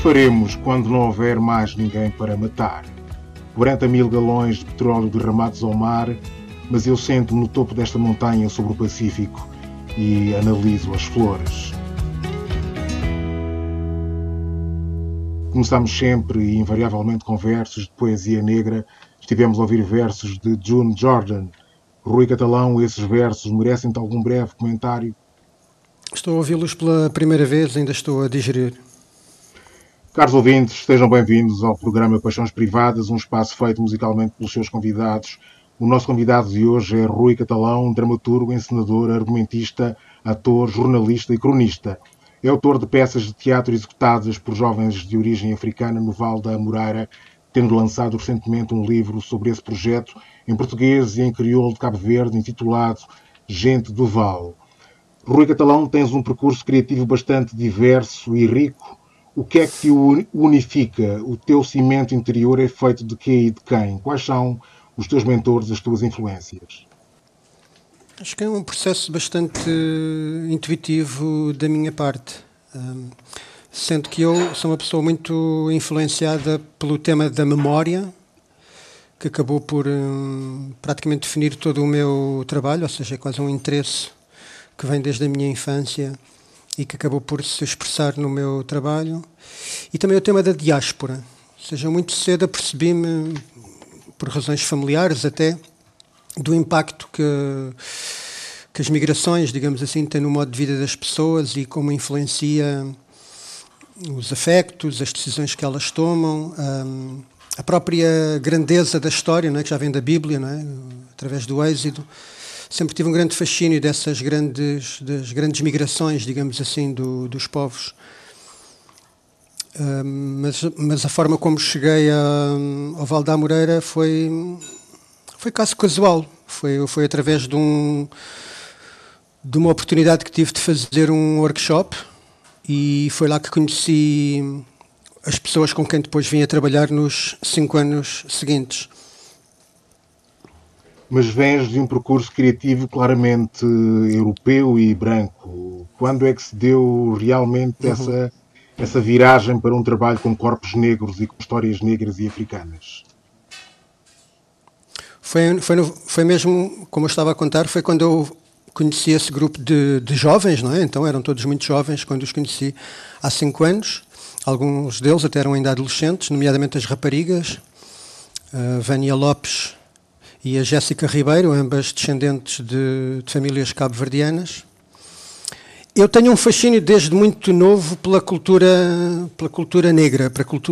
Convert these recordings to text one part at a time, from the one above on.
faremos quando não houver mais ninguém para matar? 40 mil galões de petróleo derramados ao mar, mas eu sento-me no topo desta montanha sobre o Pacífico e analiso as flores. Começámos sempre e invariavelmente com versos de poesia negra. Estivemos a ouvir versos de June Jordan. Rui Catalão, esses versos merecem-te algum breve comentário? Estou a ouvi-los pela primeira vez, ainda estou a digerir. Caros ouvintes, estejam bem-vindos ao programa Paixões Privadas, um espaço feito musicalmente pelos seus convidados. O nosso convidado de hoje é Rui Catalão, dramaturgo, encenador, argumentista, ator, jornalista e cronista. É autor de peças de teatro executadas por jovens de origem africana no Val da Moreira, tendo lançado recentemente um livro sobre esse projeto em português e em crioulo de Cabo Verde, intitulado Gente do Val. Rui Catalão, tens um percurso criativo bastante diverso e rico. O que é que te unifica? O teu cimento interior é feito de quê e de quem? Quais são os teus mentores, as tuas influências? Acho que é um processo bastante intuitivo da minha parte. Sendo que eu sou uma pessoa muito influenciada pelo tema da memória, que acabou por praticamente definir todo o meu trabalho, ou seja, é quase um interesse que vem desde a minha infância e que acabou por se expressar no meu trabalho. E também o tema da diáspora. Ou seja, muito cedo apercebi-me, por razões familiares até, do impacto que as migrações, digamos assim, têm no modo de vida das pessoas e como influencia os afetos, as decisões que elas tomam, a própria grandeza da história, não é? Que já vem da Bíblia, não é? Através do Êxodo. Sempre tive um grande fascínio das grandes migrações, digamos assim, dos povos. Mas a forma como cheguei ao Val da Moreira foi quase casual. Foi através de uma oportunidade que tive de fazer um workshop e foi lá que conheci as pessoas com quem depois vim a trabalhar nos 5 anos seguintes. Mas vens de um percurso criativo claramente europeu e branco. Quando é que se deu realmente essa viragem para um trabalho com corpos negros e com histórias negras e africanas? Foi mesmo, como eu estava a contar, foi quando eu conheci esse grupo de jovens, não é? Então eram todos muito jovens quando os conheci há 5 anos. Alguns deles até eram ainda adolescentes, nomeadamente as raparigas, a Vânia Lopes e a Jéssica Ribeiro, ambas descendentes de famílias cabo-verdianas. Eu tenho um fascínio desde muito novo pela cultura negra,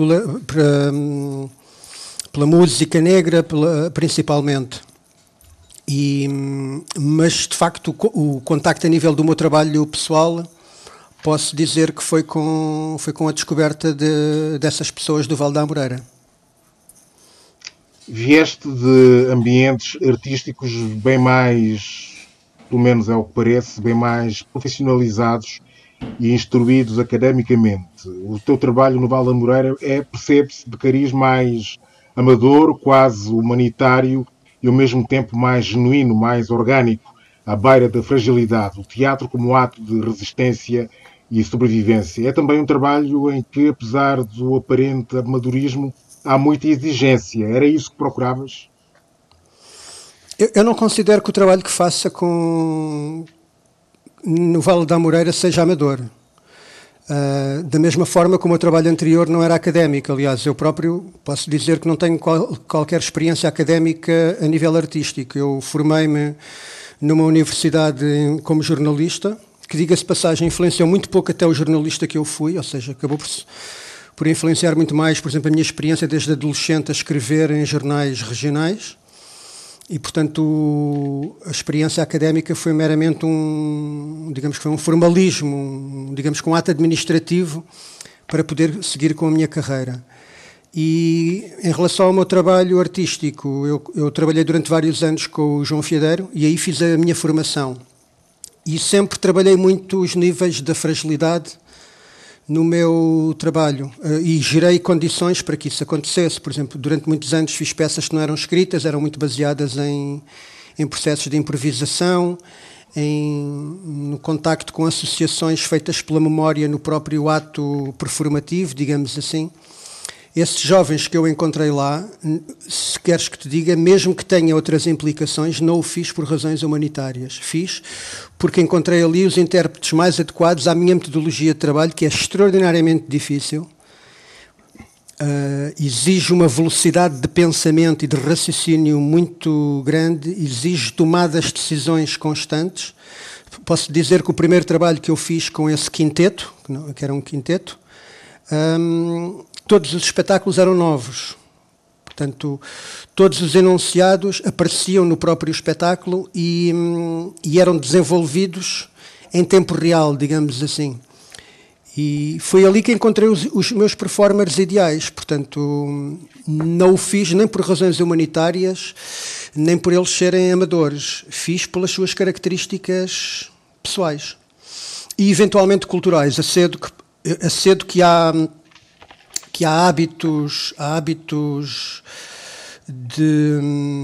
pela música negra, principalmente. Mas, de facto, o contacto a nível do meu trabalho pessoal, posso dizer que foi com a descoberta dessas pessoas do Val da Moreira. Vieste de ambientes artísticos bem mais, pelo menos é o que parece, bem mais profissionalizados e instruídos academicamente. O teu trabalho no Val da Moreira percebe-se de cariz mais amador, quase humanitário e ao mesmo tempo mais genuíno, mais orgânico, à beira da fragilidade. O teatro como ato de resistência e sobrevivência. É também um trabalho em que, apesar do aparente amadorismo, há muita exigência. Era isso que procuravas? Eu não considero que o trabalho que faça no Vale da Moreira seja amador. Da mesma forma como o trabalho anterior não era académico. Aliás, eu próprio posso dizer que não tenho qualquer experiência académica a nível artístico. Eu formei-me numa universidade como jornalista, que, diga-se de passagem, influenciou muito pouco até o jornalista que eu fui, ou seja, acabou por influenciar muito mais, por exemplo, a minha experiência desde adolescente a escrever em jornais regionais. E, portanto, a experiência académica foi meramente digamos que foi um formalismo, digamos que um ato administrativo para poder seguir com a minha carreira. E, em relação ao meu trabalho artístico, eu trabalhei durante vários anos com o João Fiadeiro e aí fiz a minha formação. E sempre trabalhei muito os níveis da fragilidade no meu trabalho e gerei condições para que isso acontecesse. Por exemplo, durante muitos anos fiz peças que não eram escritas, eram muito baseadas em processos de improvisação, no contacto com associações feitas pela memória no próprio ato performativo, digamos assim. Esses jovens que eu encontrei lá, se queres que te diga, mesmo que tenha outras implicações, não o fiz por razões humanitárias. Fiz porque encontrei ali os intérpretes mais adequados à minha metodologia de trabalho, que é extraordinariamente difícil. Exige uma velocidade de pensamento e de raciocínio muito grande, exige tomadas de decisões constantes. Posso dizer que o primeiro trabalho que eu fiz com esse quinteto, que era um quinteto, todos os espetáculos eram novos. Portanto, todos os enunciados apareciam no próprio espetáculo e eram desenvolvidos em tempo real, digamos assim. E foi ali que encontrei os meus performers ideais. Portanto, não o fiz nem por razões humanitárias, nem por eles serem amadores. Fiz pelas suas características pessoais e, eventualmente, culturais. Acedo que há hábitos de...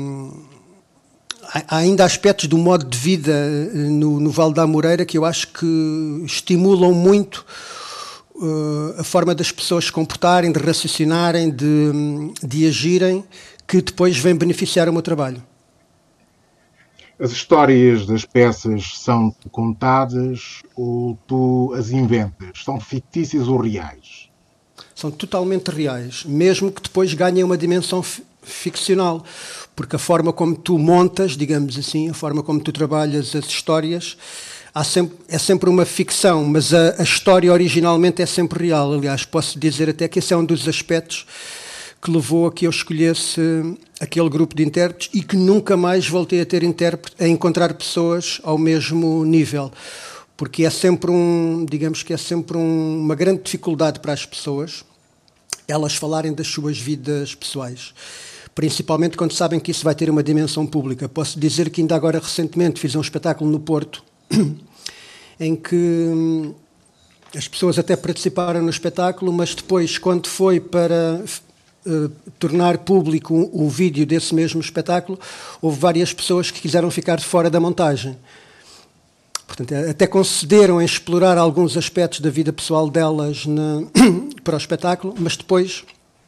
Há ainda aspectos do modo de vida no Vale da Amoreira que eu acho que estimulam muito a forma das pessoas se comportarem, de raciocinarem, de agirem, que depois vem beneficiar o meu trabalho. As histórias das peças são contadas ou tu as inventas? São fictícias ou reais? São totalmente reais, mesmo que depois ganhem uma dimensão ficcional, porque a forma como tu montas, digamos assim, a forma como tu trabalhas as histórias, é sempre uma ficção, mas a história originalmente é sempre real. Aliás, posso dizer até que esse é um dos aspectos que levou a que eu escolhesse aquele grupo de intérpretes e que nunca mais voltei a encontrar pessoas ao mesmo nível. Porque é sempre uma grande dificuldade para as pessoas elas falarem das suas vidas pessoais. Principalmente quando sabem que isso vai ter uma dimensão pública. Posso dizer que ainda agora recentemente fiz um espetáculo no Porto em que as pessoas até participaram no espetáculo, mas depois, quando foi para tornar público o vídeo desse mesmo espetáculo, houve várias pessoas que quiseram ficar de fora da montagem. Portanto, até concederam em explorar alguns aspectos da vida pessoal delas para o espetáculo, mas depois,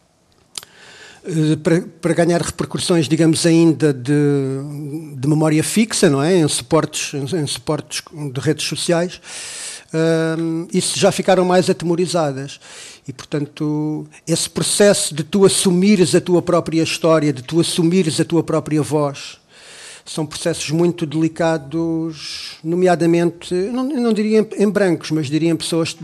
para ganhar repercussões, digamos, ainda de memória fixa, não é? Em suportes de redes sociais, isso já ficaram mais atemorizadas. E, portanto, esse processo de tu assumires a tua própria história, de tu assumires a tua própria voz, são processos muito delicados, nomeadamente, não diria em brancos, mas diria em pessoas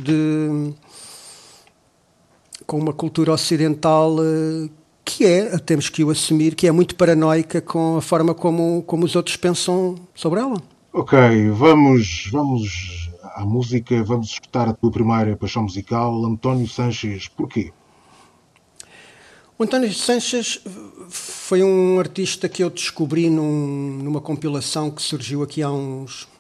com uma cultura ocidental temos que o assumir, que é muito paranoica com a forma como os outros pensam sobre ela. Ok, vamos à música, vamos escutar a tua primeira paixão musical, António Sanches. Porquê? O António Sanches foi um artista que eu descobri numa compilação que surgiu aqui há uns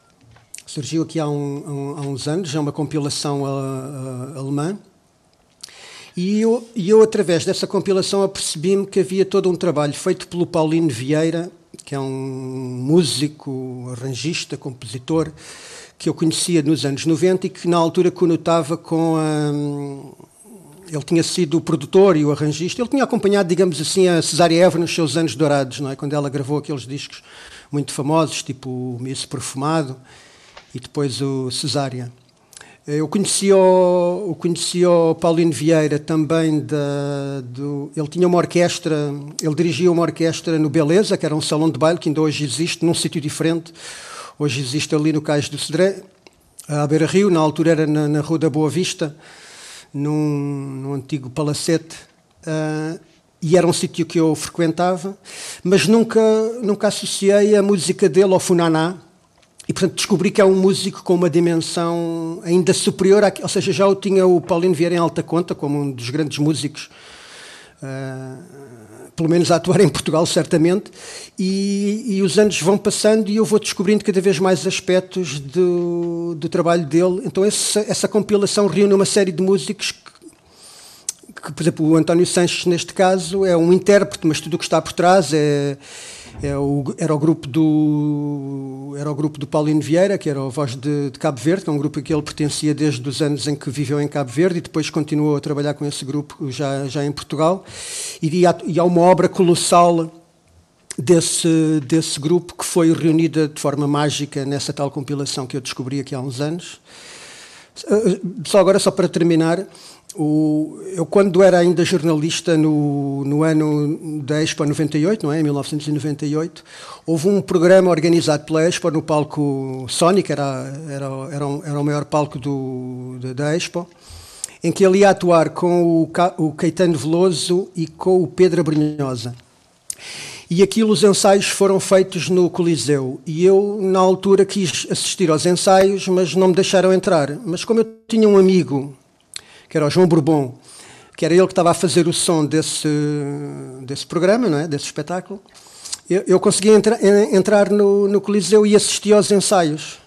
anos, é uma compilação alemã, e eu, através dessa compilação, apercebi-me que havia todo um trabalho feito pelo Paulino Vieira, que é um músico, arranjista, compositor, que eu conhecia nos anos 90 e que na altura conotava com ele tinha sido o produtor e o arranjista. Ele tinha acompanhado, digamos assim, a Cesária Évora nos seus anos dourados, não é? Quando ela gravou aqueles discos muito famosos, tipo o Misso Perfumado e depois o Cesária. Eu conheci o Paulino Vieira também, ele tinha uma orquestra, ele dirigia uma orquestra no Beleza, que era um salão de baile que ainda hoje existe, num sítio diferente. Hoje existe ali no Cais do Cedré, à Beira-Rio, na altura era na Rua da Boa Vista, num antigo palacete, e era um sítio que eu frequentava, mas nunca associei a música dele ao Funaná, e portanto descobri que é um músico com uma dimensão ainda superior, ou seja, já o tinha o Paulino Vieira em alta conta, como um dos grandes músicos, pelo menos a atuar em Portugal, certamente, e os anos vão passando e eu vou descobrindo cada vez mais aspectos do trabalho dele. Então essa compilação reúne uma série de músicos que, por exemplo, o António Sanches, neste caso, é um intérprete, mas tudo o que está por trás era o grupo do Paulino Vieira, que era a Voz de Cabo Verde, que é um grupo a que ele pertencia desde os anos em que viveu em Cabo Verde, e depois continuou a trabalhar com esse grupo já em Portugal. E há uma obra colossal desse grupo que foi reunida de forma mágica nessa tal compilação que eu descobri aqui há uns anos. Só para terminar, eu quando era ainda jornalista no ano da Expo 98, não é? Em 1998, houve um programa organizado pela Expo no palco Sony, que era o maior palco da Expo, em que ele ia atuar com o Caetano Veloso e com o Pedro Abrunhosa. E aquilo, os ensaios foram feitos no Coliseu. E eu, na altura, quis assistir aos ensaios, mas não me deixaram entrar. Mas como eu tinha um amigo, que era o João Bourbon, que era ele que estava a fazer o som desse programa, não é? Desse espetáculo, eu consegui entrar no Coliseu e assistir aos ensaios.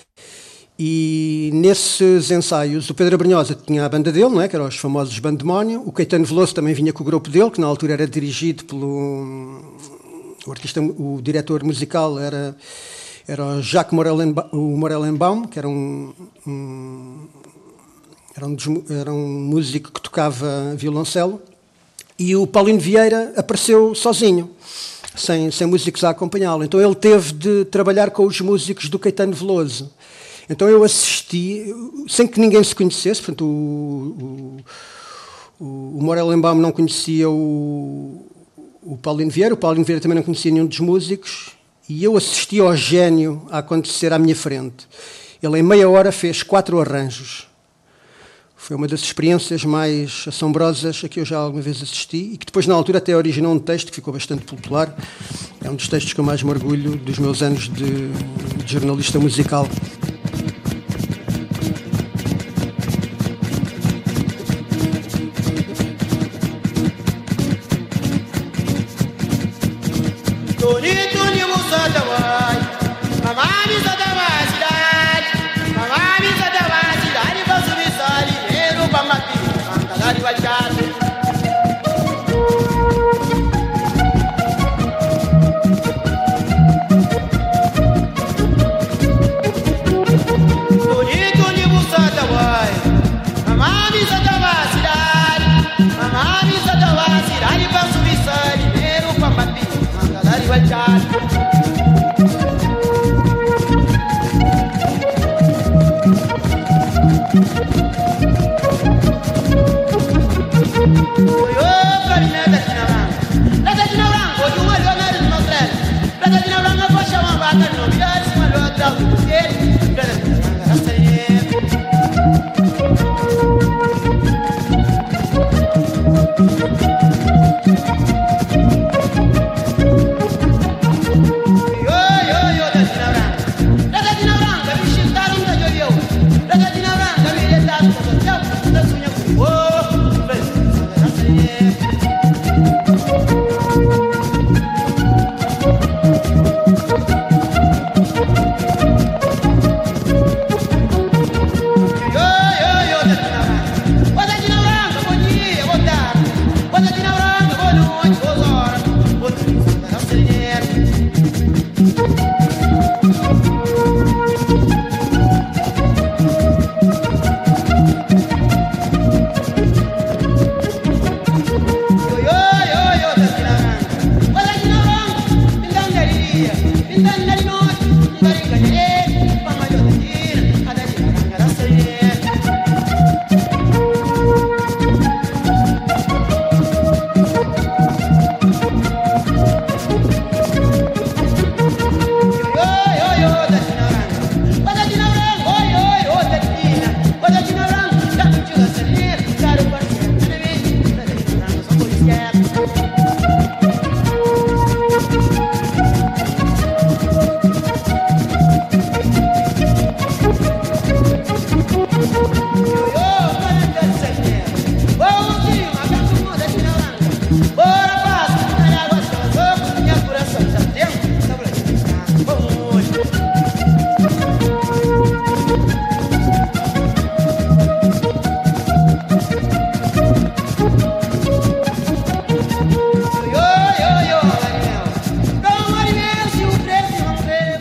E nesses ensaios, o Pedro Abrunhosa tinha a banda dele, não é? Que eram os famosos Bandemónio. O Caetano Veloso também vinha com o grupo dele, que na altura era dirigido pelo... O diretor musical era o Jacques Morellenbaum, que era um músico que tocava violoncelo. E o Paulino Vieira apareceu sozinho, sem músicos a acompanhá-lo. Então ele teve de trabalhar com os músicos do Caetano Veloso. Então eu assisti, sem que ninguém se conhecesse, portanto o Morellenbaum não conhecia o Paulino Vieira também não conhecia nenhum dos músicos, e eu assisti ao gênio a acontecer à minha frente. Ele em meia hora fez 4 arranjos. Foi uma das experiências mais assombrosas a que eu já alguma vez assisti, e que depois na altura até originou um texto que ficou bastante popular. É um dos textos que eu mais me orgulho dos meus anos de jornalista musical.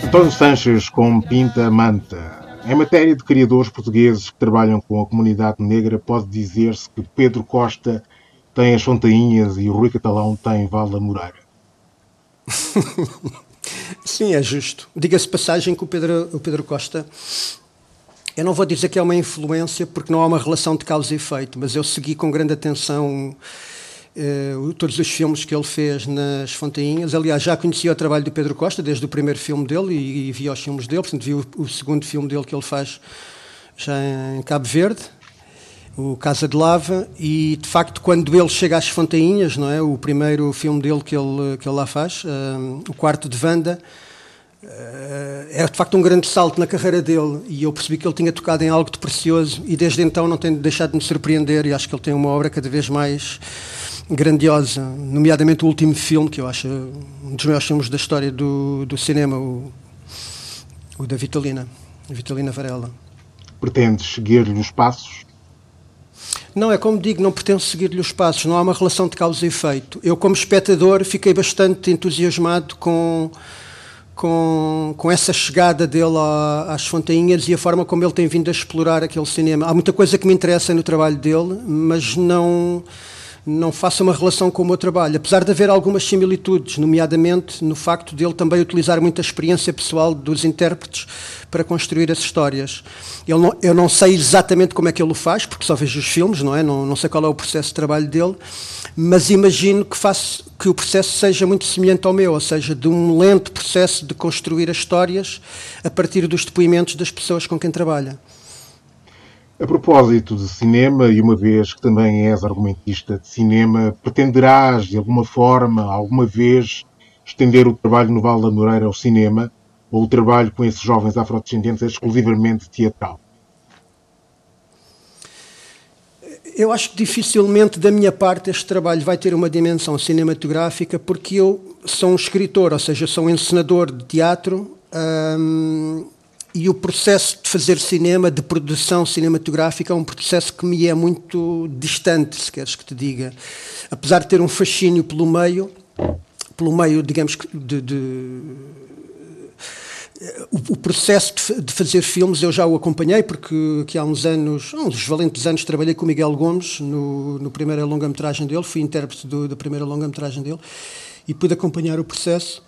António Sanches com Pinta Manta. Em matéria de criadores portugueses que trabalham com a comunidade negra, pode dizer-se que Pedro Costa tem As Fontainhas e o Rui Catalão tem Val da Moreira. Sim, é justo. Diga-se passagem que o Pedro Costa, eu não vou dizer que é uma influência porque não há uma relação de causa e efeito, mas eu segui com grande atenção todos os filmes que ele fez nas Fontainhas. Aliás, já conhecia o trabalho do Pedro Costa desde o primeiro filme dele e vi os filmes dele, portanto vi o segundo filme dele que ele faz já em Cabo Verde, o Casa de Lava, e de facto quando ele chega às Fontainhas, não é, o primeiro filme dele que ele lá faz, o Quarto de Wanda, é de facto um grande salto na carreira dele e eu percebi que ele tinha tocado em algo de precioso e desde então não tenho deixado de me surpreender e acho que ele tem uma obra cada vez mais grandiosa, nomeadamente o último filme que eu acho um dos maiores filmes da história do cinema, o da Vitalina Varela. Pretendes seguir-lhe os passos? Não, é como digo, não pretendo seguir-lhe os passos, não há uma relação de causa e efeito. Eu, como espectador, fiquei bastante entusiasmado com essa chegada dele às Fontainhas e a forma como ele tem vindo a explorar aquele cinema. Há muita coisa que me interessa no trabalho dele, mas não faço uma relação com o meu trabalho, apesar de haver algumas similitudes, nomeadamente no facto de ele também utilizar muita experiência pessoal dos intérpretes para construir as histórias. Eu não sei exatamente como é que ele o faz, porque só vejo os filmes, não é? Não sei qual é o processo de trabalho dele, mas imagino que o processo seja muito semelhante ao meu, ou seja, de um lento processo de construir as histórias a partir dos depoimentos das pessoas com quem trabalha. A propósito de cinema, e uma vez que também és argumentista de cinema, pretenderás, de alguma forma, alguma vez, estender o trabalho no Val da Moreira ao cinema, ou o trabalho com esses jovens afrodescendentes é exclusivamente teatral? Eu acho que dificilmente da minha parte este trabalho vai ter uma dimensão cinematográfica porque eu sou um escritor, ou seja, sou um encenador de teatro, e o processo de fazer cinema, de produção cinematográfica, é um processo que me é muito distante, se queres que te diga. Apesar de ter um fascínio pelo meio, digamos, o processo de fazer filmes eu já o acompanhei, porque há uns valentes anos, trabalhei com o Miguel Gomes no primeira longa-metragem dele, fui intérprete da primeira longa-metragem dele, e pude acompanhar o processo.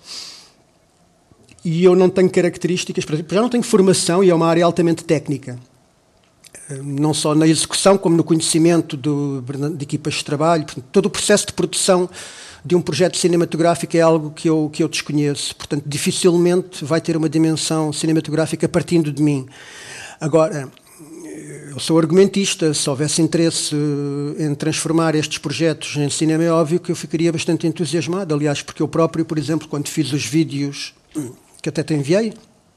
E eu não tenho características, por exemplo, já não tenho formação e é uma área altamente técnica. Não só na execução, como no conhecimento de equipas de trabalho. Portanto, todo o processo de produção de um projeto cinematográfico é algo que eu desconheço. Portanto, dificilmente vai ter uma dimensão cinematográfica partindo de mim. Agora, eu sou argumentista, se houvesse interesse em transformar estes projetos em cinema, é óbvio que eu ficaria bastante entusiasmado. Aliás, porque eu próprio, por exemplo, quando fiz os vídeos que até te enviei,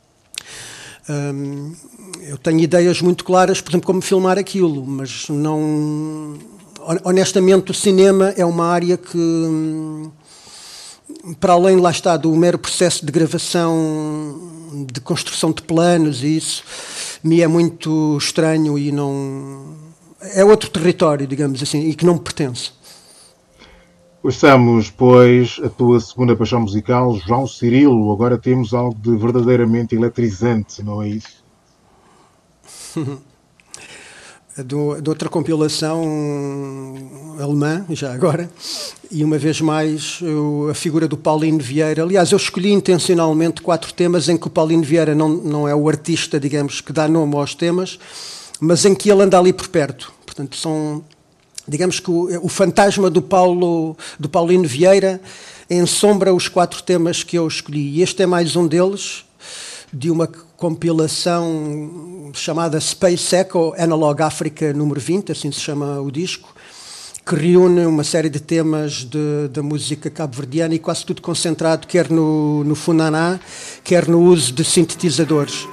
eu tenho ideias muito claras, por exemplo, como filmar aquilo, mas não... Honestamente, o cinema é uma área que, para além, lá está, do mero processo de gravação, de construção de planos e isso, me é muito estranho e não... É outro território, digamos assim, e que não me pertence. Ouçamos, pois, a tua segunda paixão musical, João Cirilo. Agora temos algo de verdadeiramente eletrizante, não é isso? De outra compilação alemã, já agora, e uma vez mais a figura do Paulino Vieira. Aliás, eu escolhi intencionalmente 4 temas em que o Paulino Vieira não é o artista, digamos, que dá nome aos temas, mas em que ele anda ali por perto. Portanto, são... Digamos que o fantasma do Paulino Vieira ensombra os 4 temas que eu escolhi. E este é mais um deles, de uma compilação chamada Space Echo Analog Africa número 20, assim se chama o disco, que reúne uma série de temas da música cabo-verdiana e quase tudo concentrado quer no funaná, quer no uso de sintetizadores.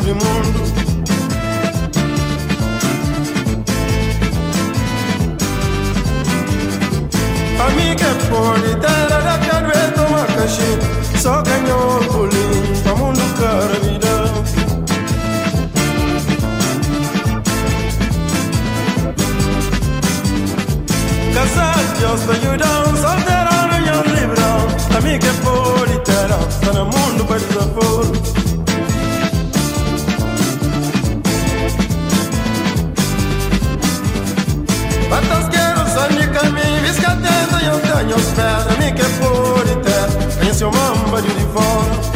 de mundo. Amiga pode ter a carueta uma caixinha, só ganhou o bolinho para mundo cara vida. Casar, Deus te ajudam, solteirão e um livrão. Amiga pode ter, está no mundo para desaforo. Batasqueiro, sangue caminho, viscatendo e eu tenho os pés. Amiga pode ter, em seu mamba de fora.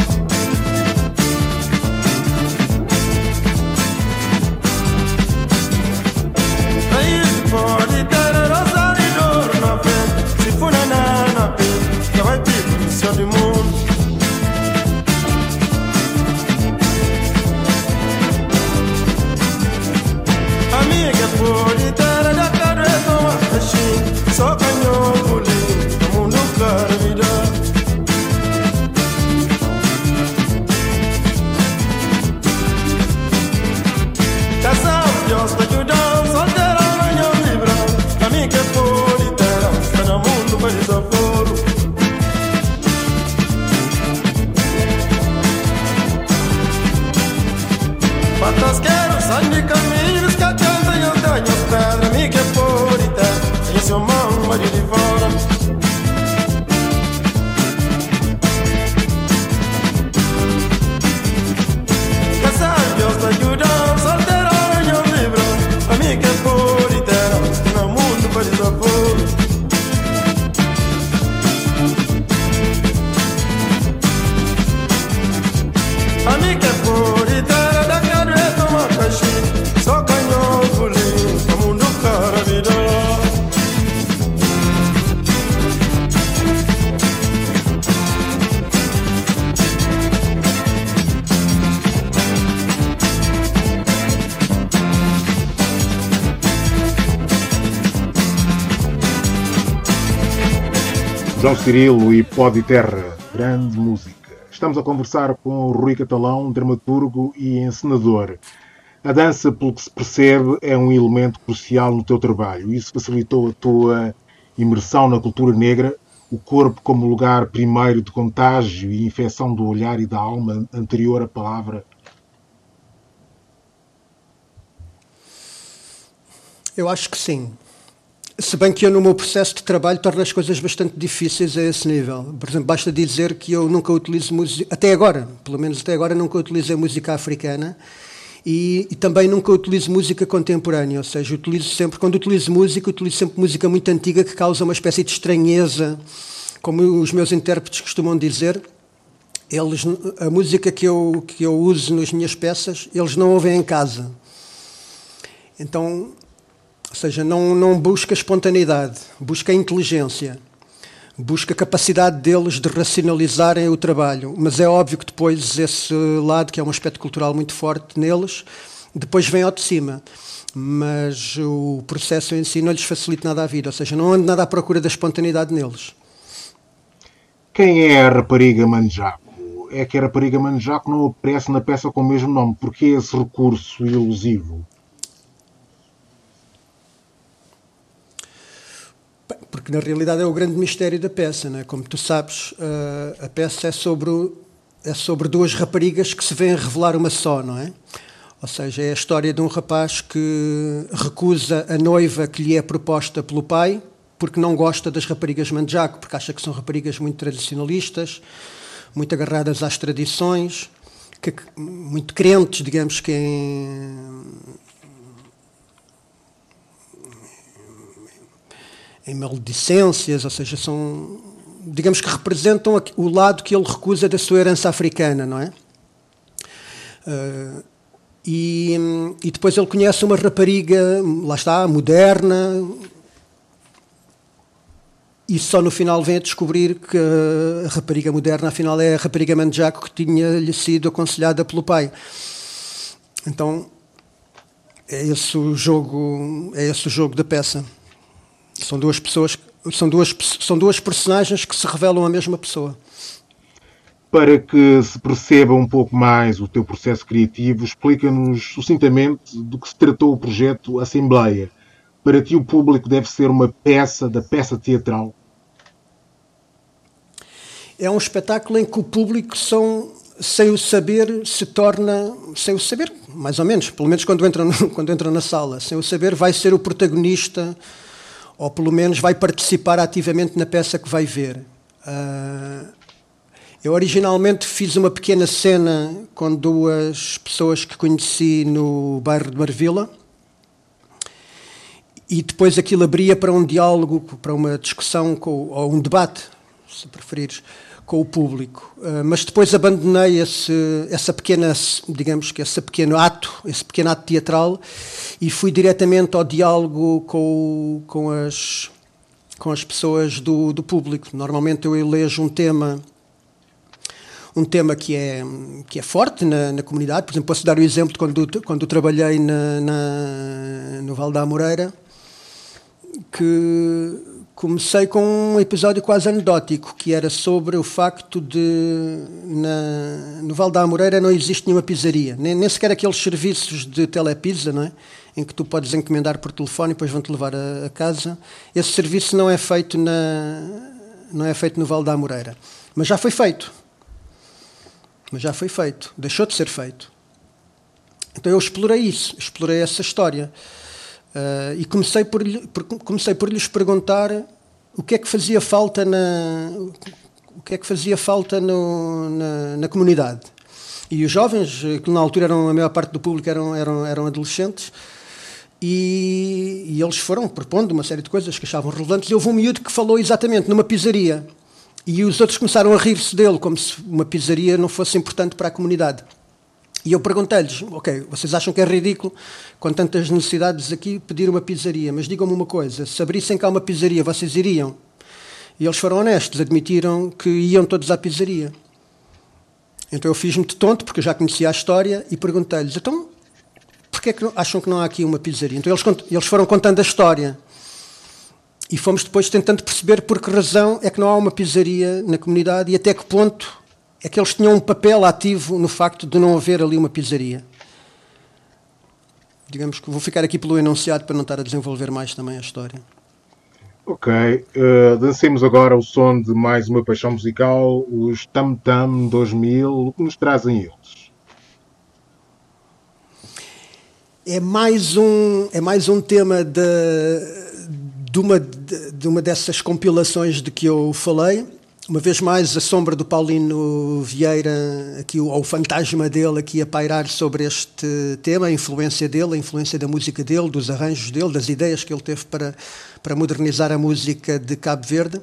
Pode ter rosário e ouro na frente. Se for na pele, já vai pico do céu do mundo. Amiga pode ter da carueta uma caixinha, só ganhou o bolinho, o mundo cara me dá. Casal, Deus te ajudam, solteirão. Amiga pode ter, está no mundo para desaforo. Batasqueiro, sangue caminho, escatando e eu tenho as pedras. Amiga pode ter, tem seu mão, marido de fora. Casar, Deus te ajuda, solteirão e um livro. Amiga pode ter, no mundo para desaforo. Amiga pode ter, da carueta uma caixinha, só ganhou o bolinho, o mundo cara me dá. João Cirilo e Pó de Terra, grande música. Estamos a conversar com o Rui Catalão, dramaturgo e encenador. A dança, pelo que se percebe, é um elemento crucial no teu trabalho. Isso facilitou a tua imersão na cultura negra, o corpo como lugar primeiro de contágio e infecção do olhar e da alma anterior à palavra. Eu acho que sim. Se bem que eu, no meu processo de trabalho, torno as coisas bastante difíceis a esse nível. Por exemplo, basta dizer que eu nunca utilizo música, até agora, pelo menos até agora, nunca utilizei música africana e também nunca utilizo música contemporânea, ou seja, quando utilizo sempre música muito antiga que causa uma espécie de estranheza, como os meus intérpretes costumam dizer. A música que eu uso nas minhas peças, eles não ouvem em casa. Então, ou seja, não busca espontaneidade, busca inteligência, busca a capacidade deles de racionalizarem o trabalho. Mas é óbvio que depois esse lado, que é um aspecto cultural muito forte neles, depois vem ao de cima. Mas o processo em si não lhes facilita nada a vida, ou seja, não ando nada à procura da espontaneidade neles. Quem é a rapariga Manjaco? É que a rapariga Manjaco não aparece na peça com o mesmo nome. Porquê esse recurso elusivo? Porque na realidade é o grande mistério da peça, não é? Como tu sabes, a peça é sobre duas raparigas que se vêm revelar uma só, não é? Ou seja, é a história de um rapaz que recusa a noiva que lhe é proposta pelo pai porque não gosta das raparigas Manjaco, porque acha que são raparigas muito tradicionalistas, muito agarradas às tradições, muito crentes, digamos que em maledicências, ou seja, digamos que representam o lado que ele recusa da sua herança africana, não é? E depois ele conhece uma rapariga, lá está, moderna, e só no final vem a descobrir que a rapariga moderna, afinal, é a rapariga Manjaco que tinha-lhe sido aconselhada pelo pai. Então, é esse o jogo da peça. São duas personagens que se revelam a mesma pessoa. Para que se perceba um pouco mais o teu processo criativo, explica-nos sucintamente do que se tratou o projeto Assembleia. Para ti o público deve ser uma peça da peça teatral? É um espetáculo em que o público, sem o saber, se torna... Sem o saber, mais ou menos, pelo menos quando entra na sala. Sem o saber, vai ser o protagonista, ou pelo menos vai participar ativamente na peça que vai ver. Eu originalmente fiz uma pequena cena com duas pessoas que conheci no bairro de Marvila e depois aquilo abria para um diálogo, para uma discussão ou um debate, se preferires, com o público. Mas depois abandonei esse pequeno ato teatral e fui diretamente ao diálogo com as pessoas do público. Normalmente eu elejo um tema que é forte na comunidade. Por exemplo, posso dar o exemplo de quando trabalhei no Val da Amoreira, que comecei com um episódio quase anedótico, que era sobre o facto de no Val da Amoreira não existe nenhuma pizzaria, nem sequer aqueles serviços de telepizza, não é? Em que tu podes encomendar por telefone e depois vão-te levar a casa. Esse serviço não é feito no Val da Amoreira, mas já foi feito. Deixou de ser feito. Então eu explorei essa história. E comecei por lhes perguntar o que é que fazia falta na comunidade. E os jovens, que na altura a maior parte do público eram adolescentes, e eles foram propondo uma série de coisas que achavam relevantes, e houve um miúdo que falou exatamente numa pizzaria. E os outros começaram a rir-se dele, como se uma pizzaria não fosse importante para a comunidade. E eu perguntei-lhes, ok, vocês acham que é ridículo, com tantas necessidades aqui, pedir uma pizzaria, mas digam-me uma coisa, se abrissem cá uma pizzaria, vocês iriam? E eles foram honestos, admitiram que iam todos à pizzaria. Então eu fiz-me de tonto, porque eu já conhecia a história, e perguntei-lhes, então, porquê é que acham que não há aqui uma pizzaria? Então eles foram contando a história. E fomos depois tentando perceber por que razão é que não há uma pizzaria na comunidade e até que ponto é que eles tinham um papel ativo no facto de não haver ali uma pizzaria. Digamos que vou ficar aqui pelo enunciado para não estar a desenvolver mais também a história. Ok, dancemos agora o som de mais uma paixão musical, os Tam Tam 2000, o que nos trazem eles? É mais um tema de uma dessas compilações de que eu falei. Uma vez mais, a sombra do Paulino Vieira, aqui, ou o fantasma dele aqui a pairar sobre este tema, a influência dele, a influência da música dele, dos arranjos dele, das ideias que ele teve para modernizar a música de Cabo Verde.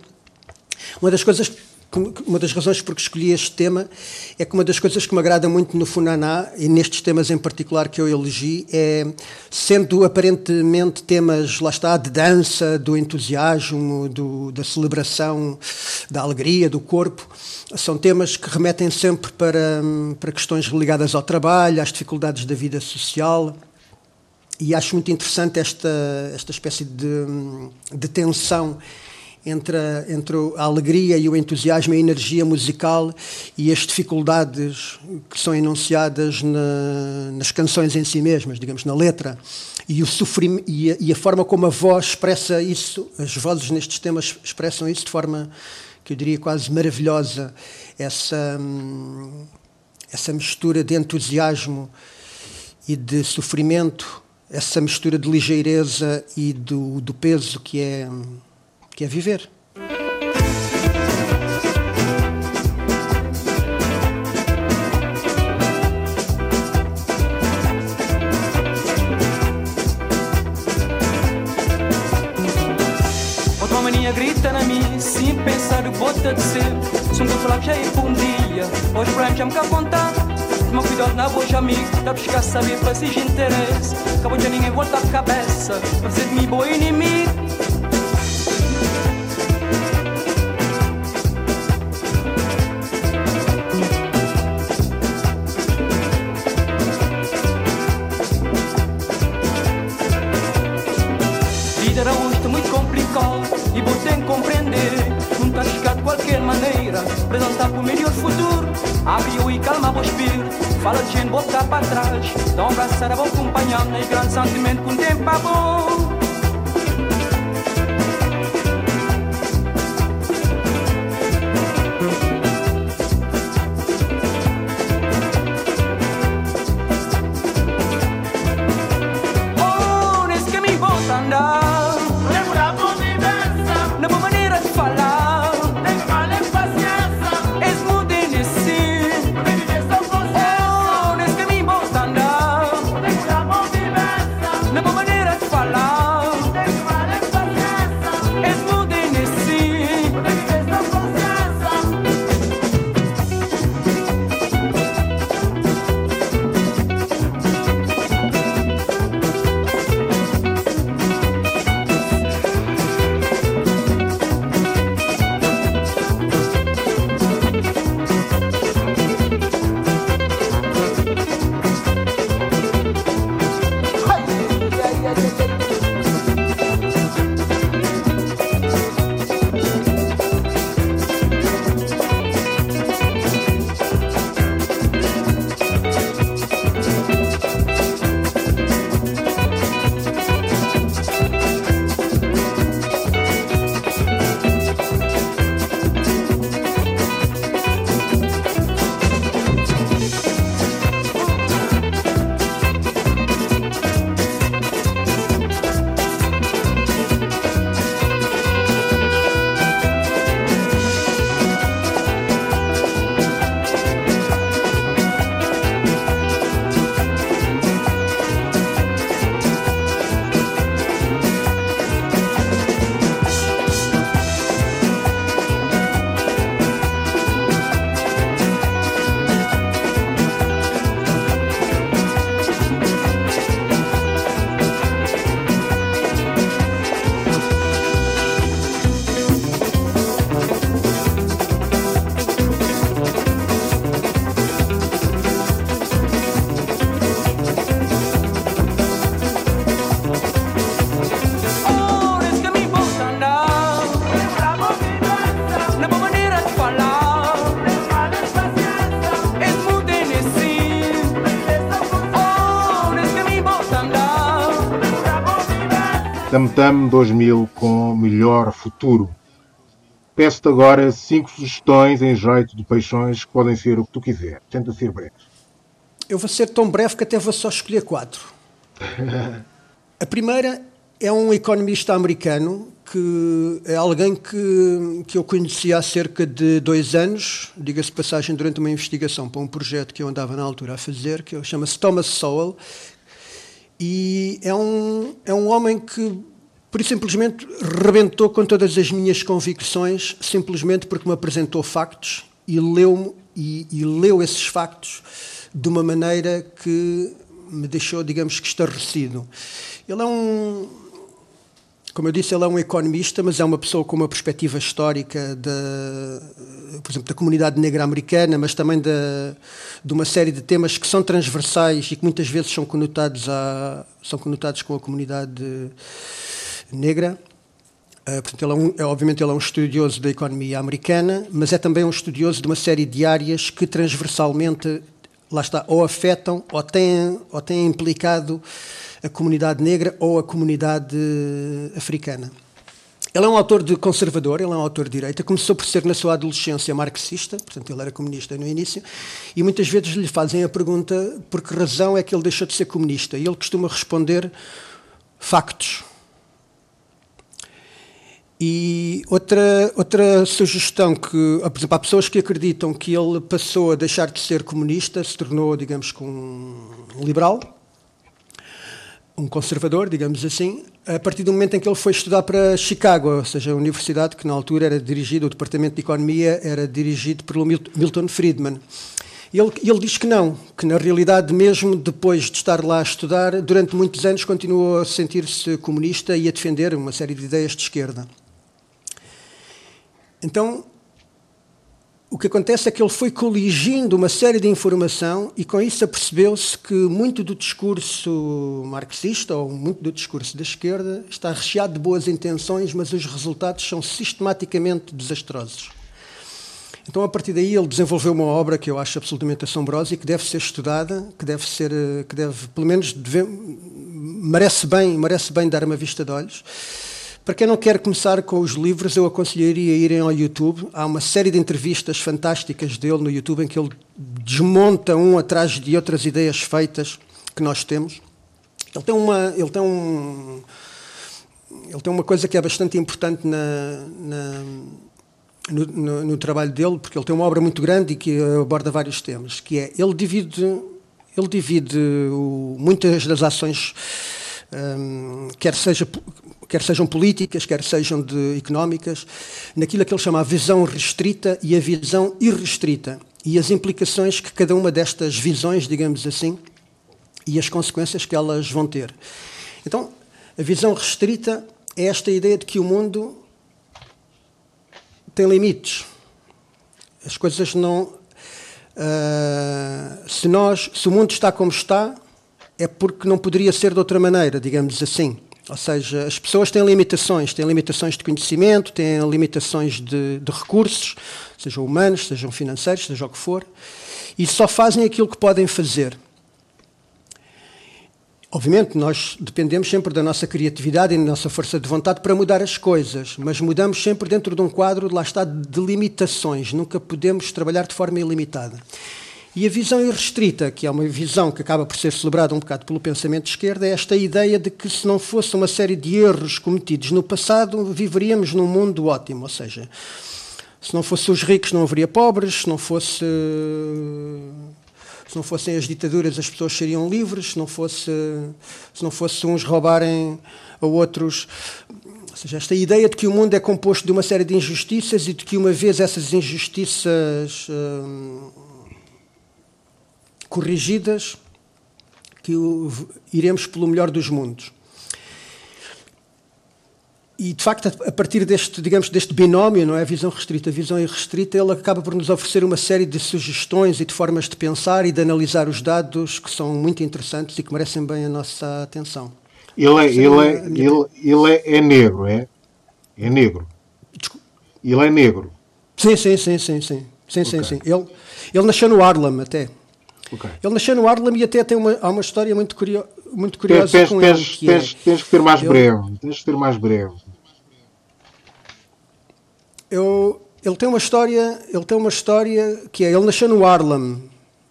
Uma das razões por que escolhi este tema é que uma das coisas que me agrada muito no Funaná, e nestes temas em particular que eu elegi, é, sendo aparentemente temas, lá está, de dança, do entusiasmo, da celebração, da alegria, do corpo, são temas que remetem sempre para questões ligadas ao trabalho, às dificuldades da vida social, e acho muito interessante esta espécie de tensão entre a alegria e o entusiasmo, a energia musical e as dificuldades que são enunciadas nas canções em si mesmas, digamos, na letra, e o sofrimento e a forma como a voz expressa isso, as vozes nestes temas expressam isso de forma que eu diria quase maravilhosa, essa mistura de entusiasmo e de sofrimento, essa mistura de ligeireza e do peso que é viver. Outra maninha grita na mim, sem pensar o bota de ser. Se um bom falar já ia por um dia, hoje para mim já me quer contar. Toma cuidado na boa amigo, dá para buscar saber para se interesse. Acabou de ninguém volta a cabeça, para dizer de mim bom inimigo. Era muito complicado e vou ter que compreender. Não está chegado de qualquer maneira, apresentar para o melhor futuro. Fala de gente botar pra trás, dá um abraçada, vou acompanhar e grande sentimento com o tempo é bom. Oh, nesse caminho vou andar, Lembra a convivência, na boa maneira de falar, tem que valer paciência, és mudo e nesse. tem que viver só consciência, Oh, nesse caminho vou andar, lembra a convivência, na boa maneira de falar, tem que valer paciência, és mudo e nesse. tem que viver só consciência. Oh, nesse caminho vou andar, Lembra a convivência, na boa maneira de falar, tem que valer paciência, és mudo e nesse. tem que viver só consciência, Oh, nesse caminho vou andar, lembra a convivência. Tam-Tam 2000 com Melhor Futuro. Peço-te agora 5 sugestões em jeito de peixões que podem ser o que tu quiser. Tenta ser breve. Eu vou ser tão breve que até vou só escolher 4. A primeira é um economista americano que é alguém que eu conheci há cerca de 2 anos, diga-se de passagem, durante uma investigação para um projeto que eu andava na altura a fazer, que chama-se Thomas Sowell, e é um homem que, por simplesmente, rebentou com todas as minhas convicções, simplesmente porque me apresentou factos e leu esses factos de uma maneira que me deixou, digamos que, estarrecido. Ele é como eu disse, ele é um economista, mas é uma pessoa com uma perspectiva histórica, por exemplo, da comunidade negra americana, mas também de uma série de temas que são transversais e que muitas vezes são conotados com a comunidade negra. Portanto, obviamente ele é um estudioso da economia americana, mas é também um estudioso de uma série de áreas que transversalmente, lá está, ou afetam ou têm implicado a comunidade negra ou a comunidade africana. Ele é um autor conservador, ele é um autor de direita, começou por ser na sua adolescência marxista, portanto ele era comunista no início, e muitas vezes lhe fazem a pergunta por que razão é que ele deixou de ser comunista, e ele costuma responder factos. E outra sugestão que, por exemplo, há pessoas que acreditam que ele passou a deixar de ser comunista, se tornou, digamos, um liberal, um conservador, digamos assim, a partir do momento em que ele foi estudar para Chicago, ou seja, a universidade que na altura era dirigida, o departamento de economia era dirigido pelo Milton Friedman. E ele diz que não, que na realidade, mesmo depois de estar lá a estudar, durante muitos anos continuou a sentir-se comunista e a defender uma série de ideias de esquerda. Então, o que acontece é que ele foi coligindo uma série de informação e com isso apercebeu-se que muito do discurso marxista ou muito do discurso da esquerda está recheado de boas intenções, mas os resultados são sistematicamente desastrosos. Então, a partir daí, ele desenvolveu uma obra que eu acho absolutamente assombrosa e que deve ser estudada, pelo menos, merece bem dar uma vista de olhos. Para quem não quer começar com os livros, eu aconselharia irem ao YouTube. Há uma série de entrevistas fantásticas dele no YouTube em que ele desmonta um atrás de outras ideias feitas que nós temos. Ele tem uma coisa que é bastante importante no trabalho dele, porque ele tem uma obra muito grande e que aborda vários temas, que é, ele divide muitas das ações, quer sejam políticas, quer sejam económicas, naquilo que ele chama a visão restrita e a visão irrestrita, e as implicações que cada uma destas visões, digamos assim, e as consequências que elas vão ter. Então, a visão restrita é esta ideia de que o mundo tem limites. As coisas não... se o mundo está como está, é porque não poderia ser de outra maneira, digamos assim. Ou seja, as pessoas têm limitações de conhecimento, têm limitações de recursos, sejam humanos, sejam financeiros, seja o que for, e só fazem aquilo que podem fazer. Obviamente, nós dependemos sempre da nossa criatividade e da nossa força de vontade para mudar as coisas, mas mudamos sempre dentro de um quadro, lá está, de limitações. Nunca podemos trabalhar de forma ilimitada. E a visão irrestrita, que é uma visão que acaba por ser celebrada um bocado pelo pensamento de esquerda, é esta ideia de que se não fosse uma série de erros cometidos no passado, viveríamos num mundo ótimo. Ou seja, se não fossem os ricos, não haveria pobres, se não fossem as ditaduras, as pessoas seriam livres, se não fosse uns roubarem a outros. Ou seja, esta ideia de que o mundo é composto de uma série de injustiças e de que, uma vez essas injustiças corrigidas, que iremos pelo melhor dos mundos. E, de facto, a partir deste binómio, não é? A visão restrita, a visão irrestrita, ele acaba por nos oferecer uma série de sugestões e de formas de pensar e de analisar os dados que são muito interessantes e que merecem bem a nossa atenção. Ele é negro, é? É negro. Ele é negro. Sim. Ele nasceu no Harlem, até. Okay. Ele nasceu no Harlem e até há uma história muito curiosa com ele. Tens que ser mais breve. Tens que ser mais breve. Ele tem uma história que é, ele nasceu no Harlem,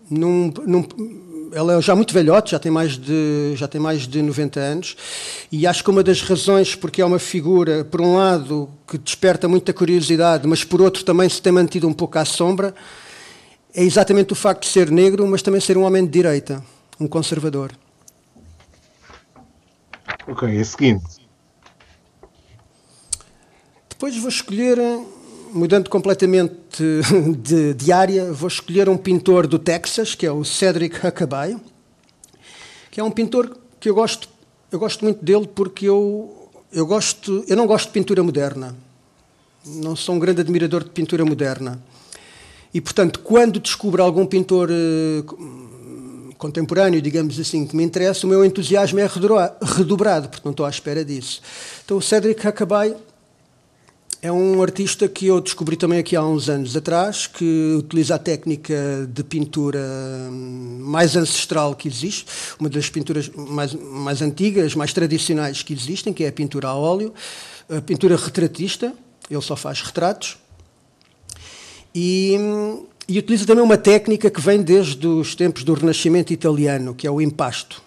ele é já muito velhote, já tem mais de 90 anos, e acho que uma das razões porque é uma figura, por um lado, que desperta muita curiosidade, mas por outro também se tem mantido um pouco à sombra, é exatamente o facto de ser negro, mas também ser um homem de direita, um conservador. Ok, é o seguinte. Depois vou escolher, mudando completamente de área, vou escolher um pintor do Texas, que é o Cedric Huckabee, que é um pintor que eu gosto muito dele porque eu não gosto de pintura moderna. Não sou um grande admirador de pintura moderna. E, portanto, quando descubro algum pintor contemporâneo, digamos assim, que me interessa, o meu entusiasmo é redobrado, porque não estou à espera disso. Então, o Cedric Huckabee é um artista que eu descobri também aqui há uns anos atrás, que utiliza a técnica de pintura mais ancestral que existe, uma das pinturas mais antigas, mais tradicionais que existem, que é a pintura a óleo, a pintura retratista. Ele só faz retratos. E utiliza também uma técnica que vem desde os tempos do Renascimento italiano, que é o impasto.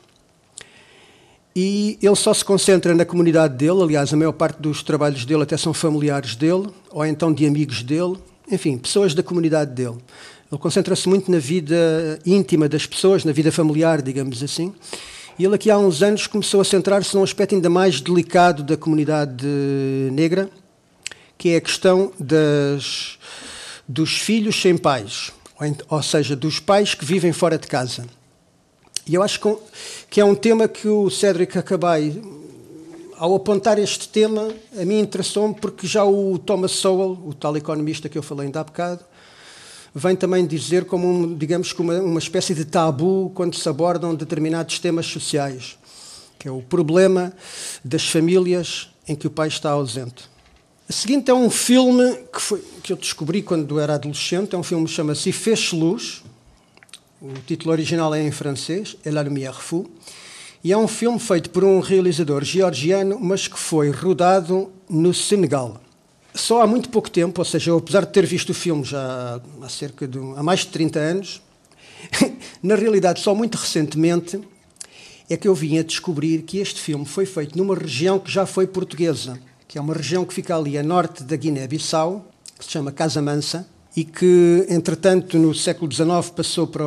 E ele só se concentra na comunidade dele, aliás, a maior parte dos trabalhos dele até são familiares dele, ou então de amigos dele, enfim, pessoas da comunidade dele. Ele concentra-se muito na vida íntima das pessoas, na vida familiar, digamos assim. E ele aqui há uns anos começou a centrar-se num aspecto ainda mais delicado da comunidade negra, que é a questão dos filhos sem pais, ou seja, dos pais que vivem fora de casa. E eu acho que é um tema que o Cedric Huckabee, ao apontar este tema, a mim interessou-me porque já o Thomas Sowell, o tal economista que eu falei ainda há bocado, vem também dizer como, digamos, como uma espécie de tabu quando se abordam determinados temas sociais, que é o problema das famílias em que o pai está ausente. A seguinte é um filme que eu descobri quando era adolescente. É um filme que chama-se Il fait luz. O título original é em francês, Et la lumière fou. E é um filme feito por um realizador georgiano, mas que foi rodado no Senegal. Só há muito pouco tempo, ou seja, eu, apesar de ter visto o filme já há mais de 30 anos, na realidade, só muito recentemente, é que eu vim a descobrir que este filme foi feito numa região que já foi portuguesa, que é uma região que fica ali a norte da Guiné-Bissau, que se chama Casamance, e que, entretanto, no século XIX passou para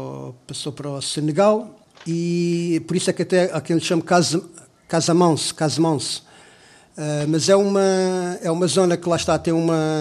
o Senegal, e por isso é que até há quem lhe chama Casamance. Mas é uma zona que lá está, tem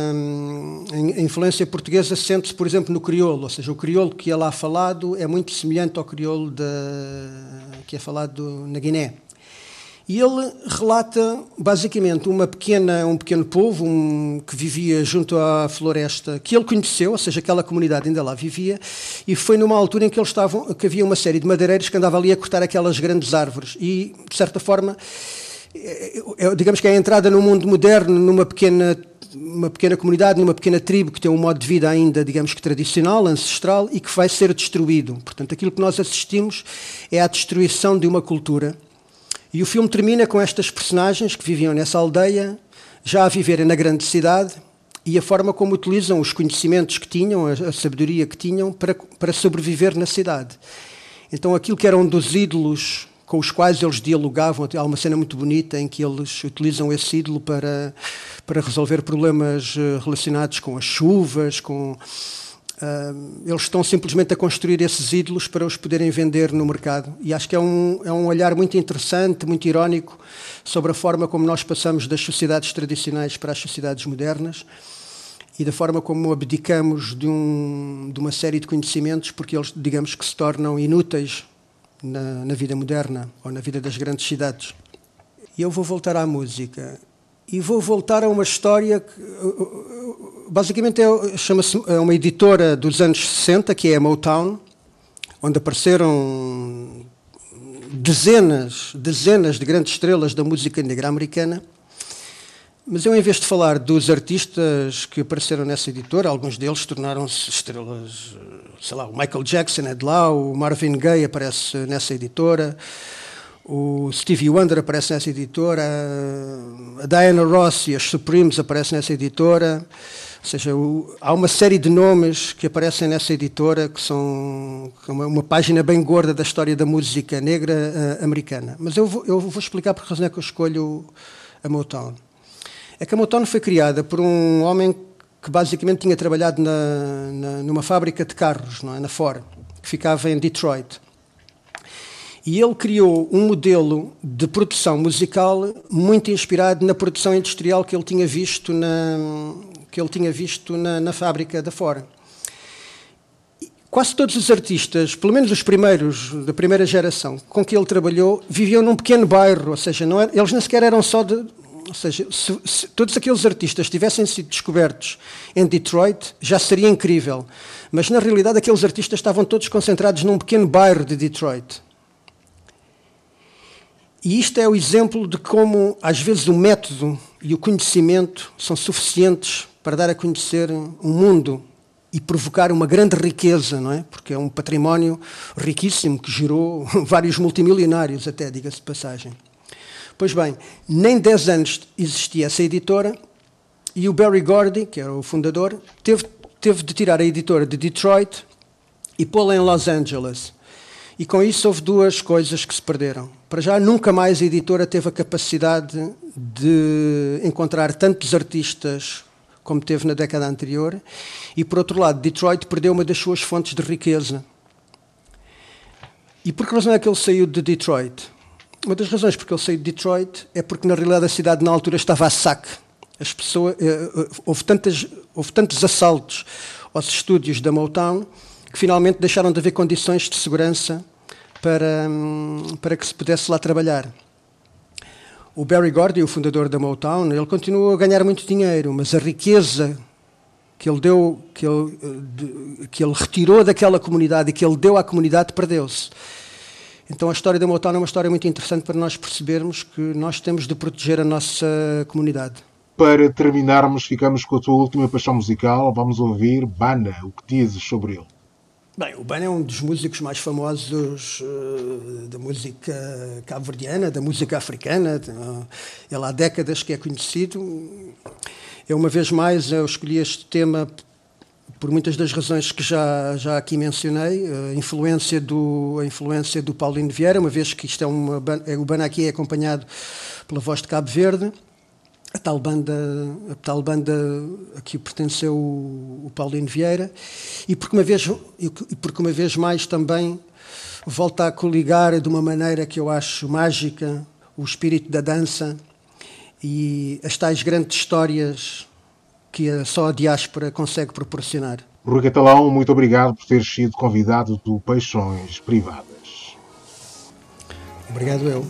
a influência portuguesa, sente-se, por exemplo, no crioulo, ou seja, o crioulo que é lá falado é muito semelhante ao crioulo que é falado na Guiné. E ele relata, basicamente, um pequeno povo que vivia junto à floresta, que ele conheceu, ou seja, aquela comunidade ainda lá vivia, e foi numa altura em que havia uma série de madeireiros que andavam ali a cortar aquelas grandes árvores. E, de certa forma, digamos que é a entrada no mundo moderno, numa pequena comunidade, numa pequena tribo que tem um modo de vida ainda, digamos que tradicional, ancestral, e que vai ser destruído. Portanto, aquilo que nós assistimos é à destruição de uma cultura. E o filme termina com estas personagens que viviam nessa aldeia, já a viverem na grande cidade, e a forma como utilizam os conhecimentos que tinham, a sabedoria que tinham, para sobreviver na cidade. Então, aquilo que eram dos ídolos com os quais eles dialogavam, há uma cena muito bonita em que eles utilizam esse ídolo para resolver problemas relacionados com as chuvas, eles estão simplesmente a construir esses ídolos para os poderem vender no mercado. E acho que é um olhar muito interessante, muito irónico, sobre a forma como nós passamos das sociedades tradicionais para as sociedades modernas e da forma como abdicamos de uma série de conhecimentos porque eles, digamos que se tornam inúteis na vida moderna ou na vida das grandes cidades. E eu vou voltar à música. E vou voltar a uma história que, basicamente, chama-se uma editora dos anos 60, que é a Motown, onde apareceram dezenas de grandes estrelas da música negra americana. Mas eu, em vez de falar dos artistas que apareceram nessa editora, alguns deles tornaram-se estrelas, sei lá, o Michael Jackson é de lá, o Marvin Gaye aparece nessa editora, o Stevie Wonder aparece nessa editora, a Diana Ross e as Supremes aparecem nessa editora. Ou seja, há uma série de nomes que aparecem nessa editora que são uma página bem gorda da história da música negra americana. Mas eu vou explicar por que razão é que eu escolho a Motown. É que a Motown foi criada por um homem que basicamente tinha trabalhado numa fábrica de carros, não é? Na Ford, que ficava em Detroit. E ele criou um modelo de produção musical muito inspirado na produção industrial que ele tinha visto na fábrica da Ford. Quase todos os artistas, pelo menos os primeiros, da primeira geração, com que ele trabalhou, viviam num pequeno bairro, ou seja, eles nem sequer eram só de... Ou seja, se todos aqueles artistas tivessem sido descobertos em Detroit, já seria incrível. Mas, na realidade, aqueles artistas estavam todos concentrados num pequeno bairro de Detroit. E isto é o exemplo de como, às vezes, o método e o conhecimento são suficientes para dar a conhecer um mundo e provocar uma grande riqueza, não é? Porque é um património riquíssimo que gerou vários multimilionários, até, diga-se de passagem. Pois bem, nem 10 anos existia essa editora e o Berry Gordy, que era o fundador, teve de tirar a editora de Detroit e pô-la em Los Angeles. E com isso houve duas coisas que se perderam. Para já, nunca mais a editora teve a capacidade de encontrar tantos artistas como teve na década anterior. E, por outro lado, Detroit perdeu uma das suas fontes de riqueza. E por que razão é que ele saiu de Detroit? Uma das razões porque ele saiu de Detroit é porque, na realidade, a cidade na altura estava a saque. As pessoas, houve tantos assaltos aos estúdios da Motown que finalmente deixaram de haver condições de segurança para que se pudesse lá trabalhar. O Berry Gordy, o fundador da Motown, ele continuou a ganhar muito dinheiro, mas a riqueza que ele retirou daquela comunidade e que ele deu à comunidade perdeu-se. Então a história da Motown é uma história muito interessante para nós percebermos que nós temos de proteger a nossa comunidade. para terminarmos, ficamos com a tua última paixão musical. Vamos ouvir Bana. O que dizes sobre ele? Bem, o Bana é um dos músicos mais famosos da música cabo-verdiana, da música africana. Ele há décadas que é conhecido. Uma vez mais, eu escolhi este tema por muitas das razões que já aqui mencionei. A influência do Paulinho Vieira, uma vez que isto o Bana aqui é acompanhado pela voz de Cabo Verde. A tal banda a que pertenceu o Paulinho Vieira, e porque uma vez mais também volta a coligar de uma maneira que eu acho mágica o espírito da dança e as tais grandes histórias que só a diáspora consegue proporcionar. Rui Catalão, muito obrigado por ter sido convidado do Paixões Privadas. Obrigado eu.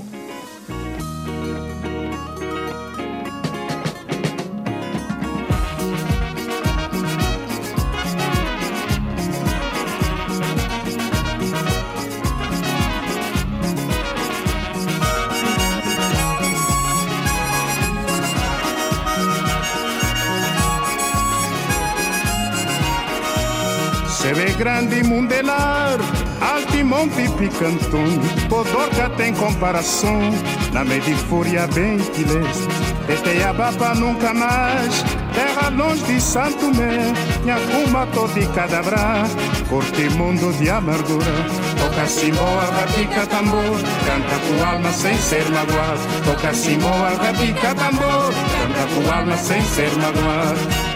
Sebe grande mundelar, Altimonte e Picantão, Podorca tem comparação, na medifúria bem que leste, Teteiabapa nunca mais, terra longe de Santo Mé, Nhacuma todo de Cadabra, corte mundo de amargura, toca cimboa, ratica tambor, canta com alma sem ser magoado, toca cimboa, ratica tambor, canta com alma sem ser magoado.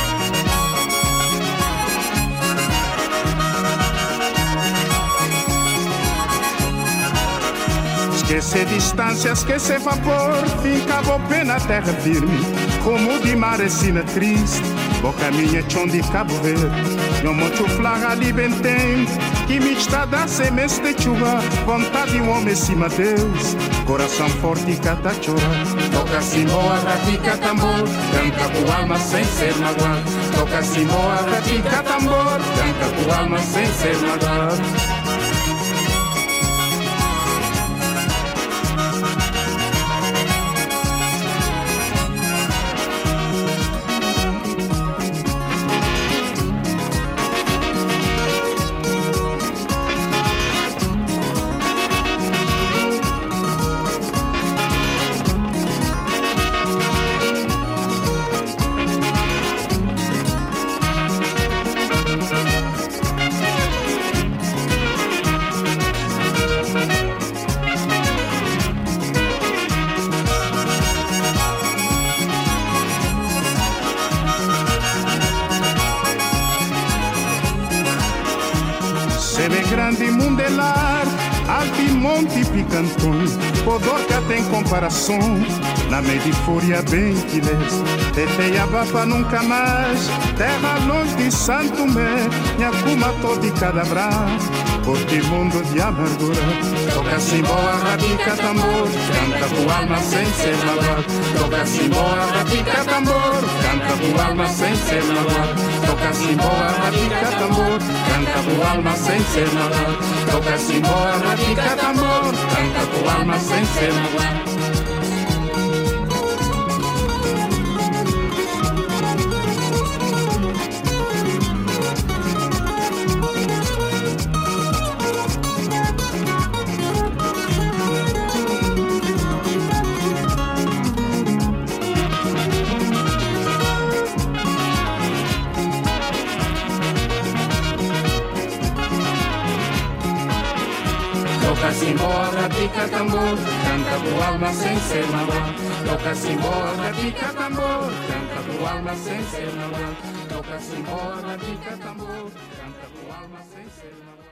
Esquecer distância, esquecer vapor, fica bo pé na terra firme, como de marecina triste, bo caminha chão de Cabo Verde, não muito flaga ali bem tem, que me está da semente de chuva, vontade de um homem cima Deus, coração forte e cata chorar, toca cimboa, ratica tambor, canta com alma sem ser magoado, toca cimboa, ratica tambor, canta com alma sem ser magoado. Grande mundelar, Altimonte e Picantão, Podorca tem comparação, na medifúria bem que leste, Teteiabapa nunca mais, terra longe de Santo Mé, Nhacuma todo de Cadabra, corte mundo de amargura, toca cimboa, ratica tambor, canta com alma sem ser magoado, toca cimboa, ratica tambor, canta com alma sem ser magoado, toca cimboa, ratica tambor, canta com alma sem ser magoado, toca cimboa, ratica tambor, canta com alma sem ser magoado. Toca cimboa, ratica tambor, canta com alma sem ser magoado. Toca cimboa, ratica tambor, canta com alma sem ser magoado. Toca cimboa, ratica tambor, canta com alma sem ser magoado.